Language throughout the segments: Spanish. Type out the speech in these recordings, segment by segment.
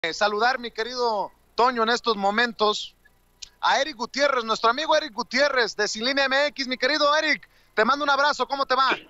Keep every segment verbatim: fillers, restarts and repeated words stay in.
Eh, saludar, mi querido Toño, en estos momentos a Eric Gutiérrez, nuestro amigo Eric Gutiérrez de Sin Línea M X. Mi querido Eric, te mando un abrazo, ¿cómo te va?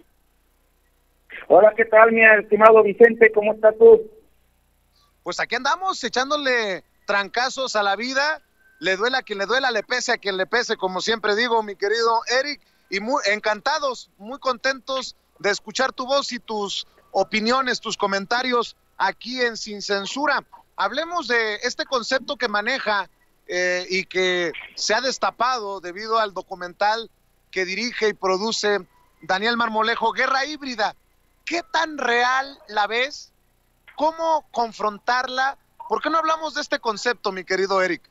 Hola, ¿qué tal, mi estimado Vicente? ¿Cómo estás tú? Pues aquí andamos echándole trancazos a la vida, le duela a quien le duela, le pese a quien le pese, como siempre digo, mi querido Eric, y muy encantados, muy contentos de escuchar tu voz y tus opiniones, tus comentarios aquí en Sin Censura. Hablemos de este concepto que maneja eh, y que se ha destapado debido al documental que dirige y produce Daniel Marmolejo, Guerra Híbrida. ¿Qué tan real la ves? ¿Cómo confrontarla? ¿Por qué no hablamos de este concepto, mi querido Eric?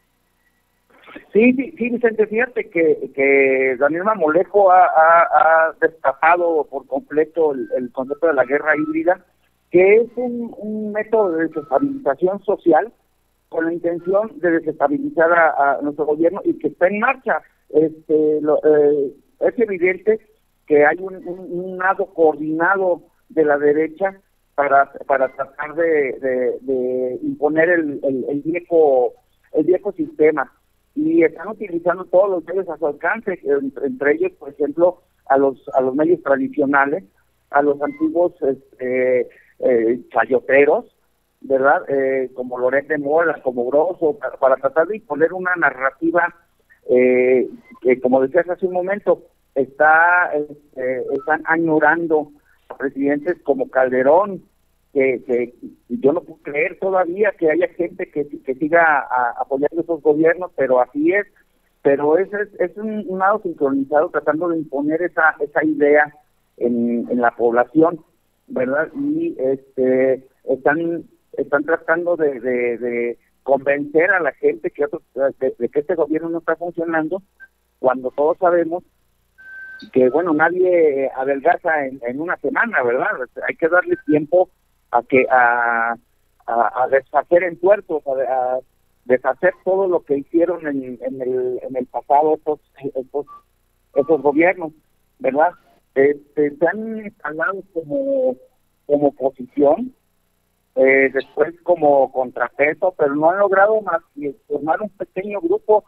Sí, sí, sí, Vicente, fíjate que, que Daniel Marmolejo ha, ha, ha destapado por completo el, el concepto de la guerra híbrida, que es un, un método de desestabilización social con la intención de desestabilizar a, a nuestro gobierno y que está en marcha. Este, lo, eh, es evidente que hay un, un, un lado coordinado de la derecha para para tratar de, de, de imponer el, el, el viejo el viejo sistema, y están utilizando todos los medios a su alcance, entre, entre ellos, por ejemplo, a los a los medios tradicionales, a los antiguos este, eh, chayoteros, ¿verdad? Eh, como Loret de Mola, como Grosso, para, para tratar de imponer una narrativa eh, que, como decías hace un momento, está eh, están añorando a presidentes como Calderón, que, que yo no puedo creer todavía que haya gente que, que siga a, apoyando esos gobiernos, pero así es. Pero es, es, es un, un lado sincronizado tratando de imponer esa esa idea en, en la población, ¿verdad? Y este están están tratando de, de, de convencer a la gente que otro, de, de que este gobierno no está funcionando, cuando todos sabemos que, bueno, nadie adelgaza en, en una semana, ¿verdad? Hay que darle tiempo a que a, a, a deshacer en tuertos, a, a deshacer todo lo que hicieron en, en el en el pasado estos estos, estos gobiernos, ¿verdad? Este, se han instalado como como oposición, eh, después como contrapeso, pero no han logrado más que formar un pequeño grupo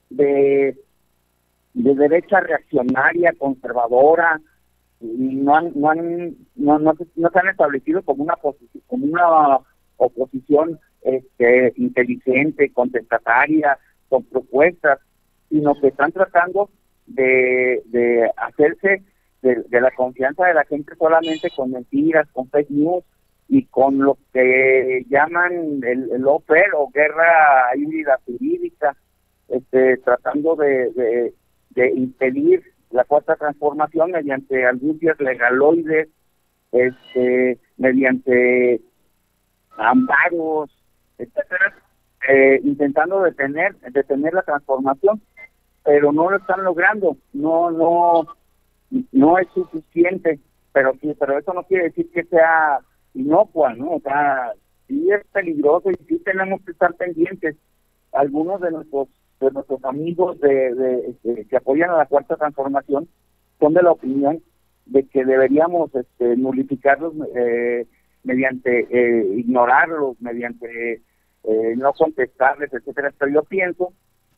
de de derecha reaccionaria, conservadora, y no han, no han, no, no, se, no se han establecido como una posición, como una oposición este, inteligente, contestataria, con propuestas, sino que están tratando de, de hacerse de, de la confianza de la gente solamente con mentiras, con fake news y con lo que llaman el, el lawfare o guerra híbrida jurídica, este, tratando de, de de impedir la cuarta transformación mediante argucias legaloides, este, mediante amparos, etcétera, eh, intentando detener detener la transformación, pero no lo están logrando, no no no es suficiente, pero sí, pero eso no quiere decir que sea inocua, ¿no? O sea, sí es peligroso y sí tenemos que estar pendientes. Algunos de nuestros de nuestros amigos de, de, de que apoyan a la cuarta transformación son de la opinión de que deberíamos este, nulificarlos eh, mediante eh, ignorarlos, mediante eh, no contestarles, etcétera. Pero yo pienso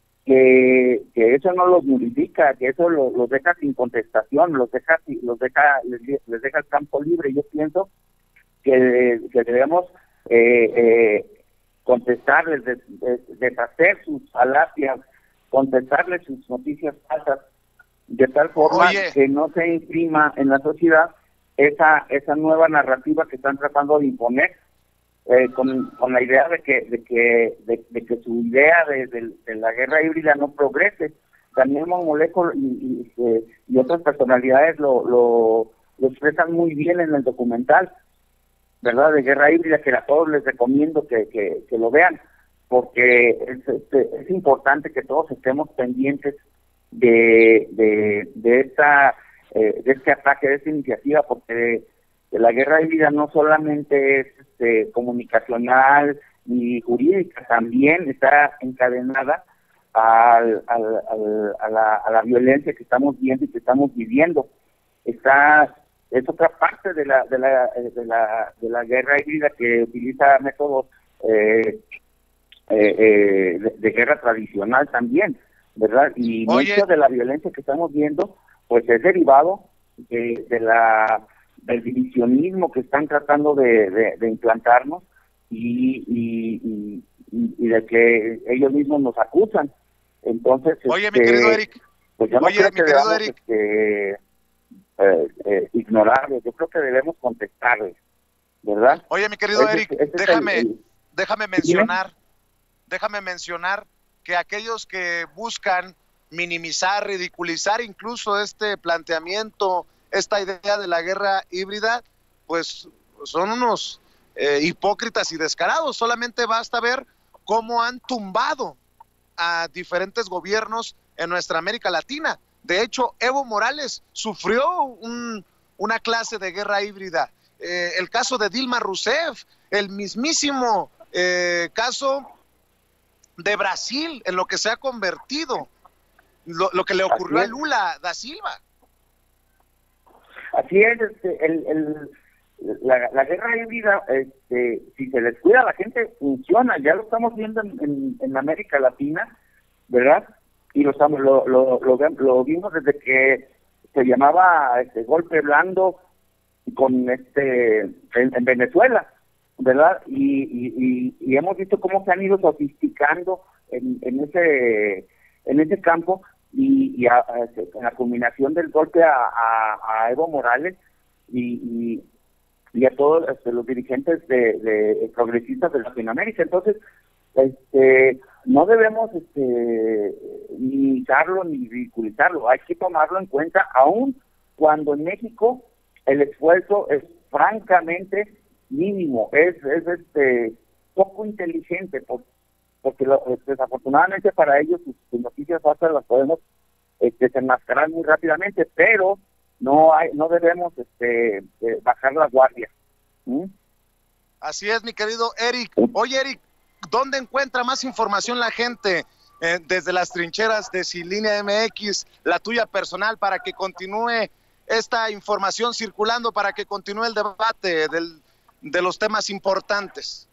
que, que eso no los nulifica, que eso lo, los deja sin contestación, los deja los deja les, les deja el campo libre. Yo pienso que, que debemos eh, eh, contestarles, des, des, deshacer sus falacias, contestarles sus noticias falsas, de tal forma Oye, que no se imprima en la sociedad esa esa nueva narrativa que están tratando de imponer, eh, con, con la idea de que de que de, de que su idea de, de, de la guerra híbrida no progrese. Daniel Marmolejo y, y, y otras personalidades lo, lo, lo expresan muy bien en el documental, ¿verdad?, de Guerra Híbrida, que a todos les recomiendo que, que, que lo vean, porque es, es, es importante que todos estemos pendientes de de, de esta eh, de este ataque, de esta iniciativa, porque de, de la guerra híbrida no solamente es este, comunicacional y jurídica, también está encadenada al, al, al, a, la, a la violencia que estamos viendo y que estamos viviendo. Está es otra parte de la de la de la de la guerra híbrida, que utiliza métodos eh, eh, eh, de, de guerra tradicional también, ¿verdad? Y Oye. mucha de la violencia que estamos viendo, pues es derivado de, de la del divisionismo que están tratando de, de, de implantarnos y, y, y, y de que ellos mismos nos acusan. Entonces, Oye, este, mi querido Eric. pues yo no Oye, creo mi que querido debamos Eric. este, eh, eh, ignorarles, yo creo que debemos contestarles, ¿verdad? Oye, mi querido Ese, Eric, ese es déjame, el, el, déjame mencionar, déjame mencionar que aquellos que buscan minimizar, ridiculizar incluso este planteamiento, esta idea de la guerra híbrida, pues son unos eh, hipócritas y descarados. Solamente basta ver cómo han tumbado a diferentes gobiernos en nuestra América Latina. De hecho, Evo Morales sufrió un, una clase de guerra híbrida. Eh, el caso de Dilma Rousseff, el mismísimo eh, caso de Brasil, en lo que se ha convertido, lo, lo que le ocurrió a Lula da Silva. Así es, este, el, el, la, la guerra híbrida, este, si se descuida a la gente, funciona. Ya lo estamos viendo en, en, en América Latina, ¿verdad? Y lo, estamos, lo, lo, lo, lo vimos desde que se llamaba este, golpe blando con este en, en Venezuela, ¿verdad? Y, y, y, y hemos visto cómo se han ido sofisticando en, en ese en ese campo y, y a, a, a la culminación del golpe a, a, a Evo Morales y, y, y a todos este, los dirigentes de, de progresistas de Latinoamérica. Entonces, este no debemos este minimizarlo ni ridiculizarlo, hay que tomarlo en cuenta, aun cuando en México el esfuerzo es francamente mínimo, es, es este poco inteligente, por, porque lo, desafortunadamente para ellos sus, sus noticias falsas las podemos este, desenmascarar muy rápidamente, pero no hay, no debemos este eh, bajar la guardia. ¿Mm? Así es, mi querido Eric. Oye, Eric, ¿dónde encuentra más información la gente? Eh, desde las trincheras de Cilinea M X, la tuya personal, para que continúe esta información circulando, para que continúe el debate del, de los temas importantes.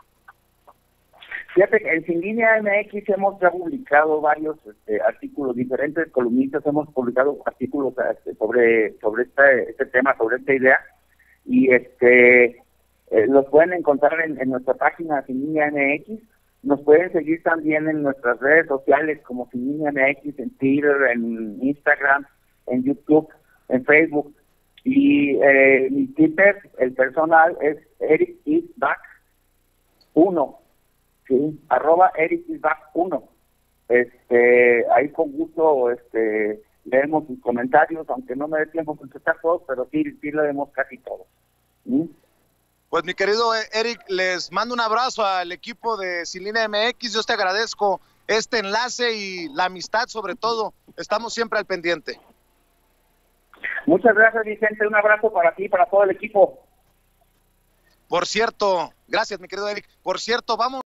Fíjate que en Sin Línea M X hemos ya publicado varios este, artículos, diferentes columnistas hemos publicado artículos este, sobre sobre este, este tema, sobre esta idea, y este eh, los pueden encontrar en, en nuestra página Sin Línea M X. Nos pueden seguir también en nuestras redes sociales como Sin Línea M X, en Twitter, en Instagram, en YouTube, en Facebook. Y eh, mi Twitter, el personal, es Eric is back uno. Sí, arroba Eric is back uno. Este, ahí con gusto este, leemos sus comentarios, aunque no me dé tiempo de contestar todos, pero sí, sí leemos casi todos. ¿Mm? Pues mi querido Eric, les mando un abrazo al equipo de Sin Línea M X. Yo te agradezco este enlace y la amistad sobre todo. Estamos siempre al pendiente. Muchas gracias, Vicente. Un abrazo para ti y para todo el equipo. Por cierto, gracias mi querido Eric. Por cierto, vamos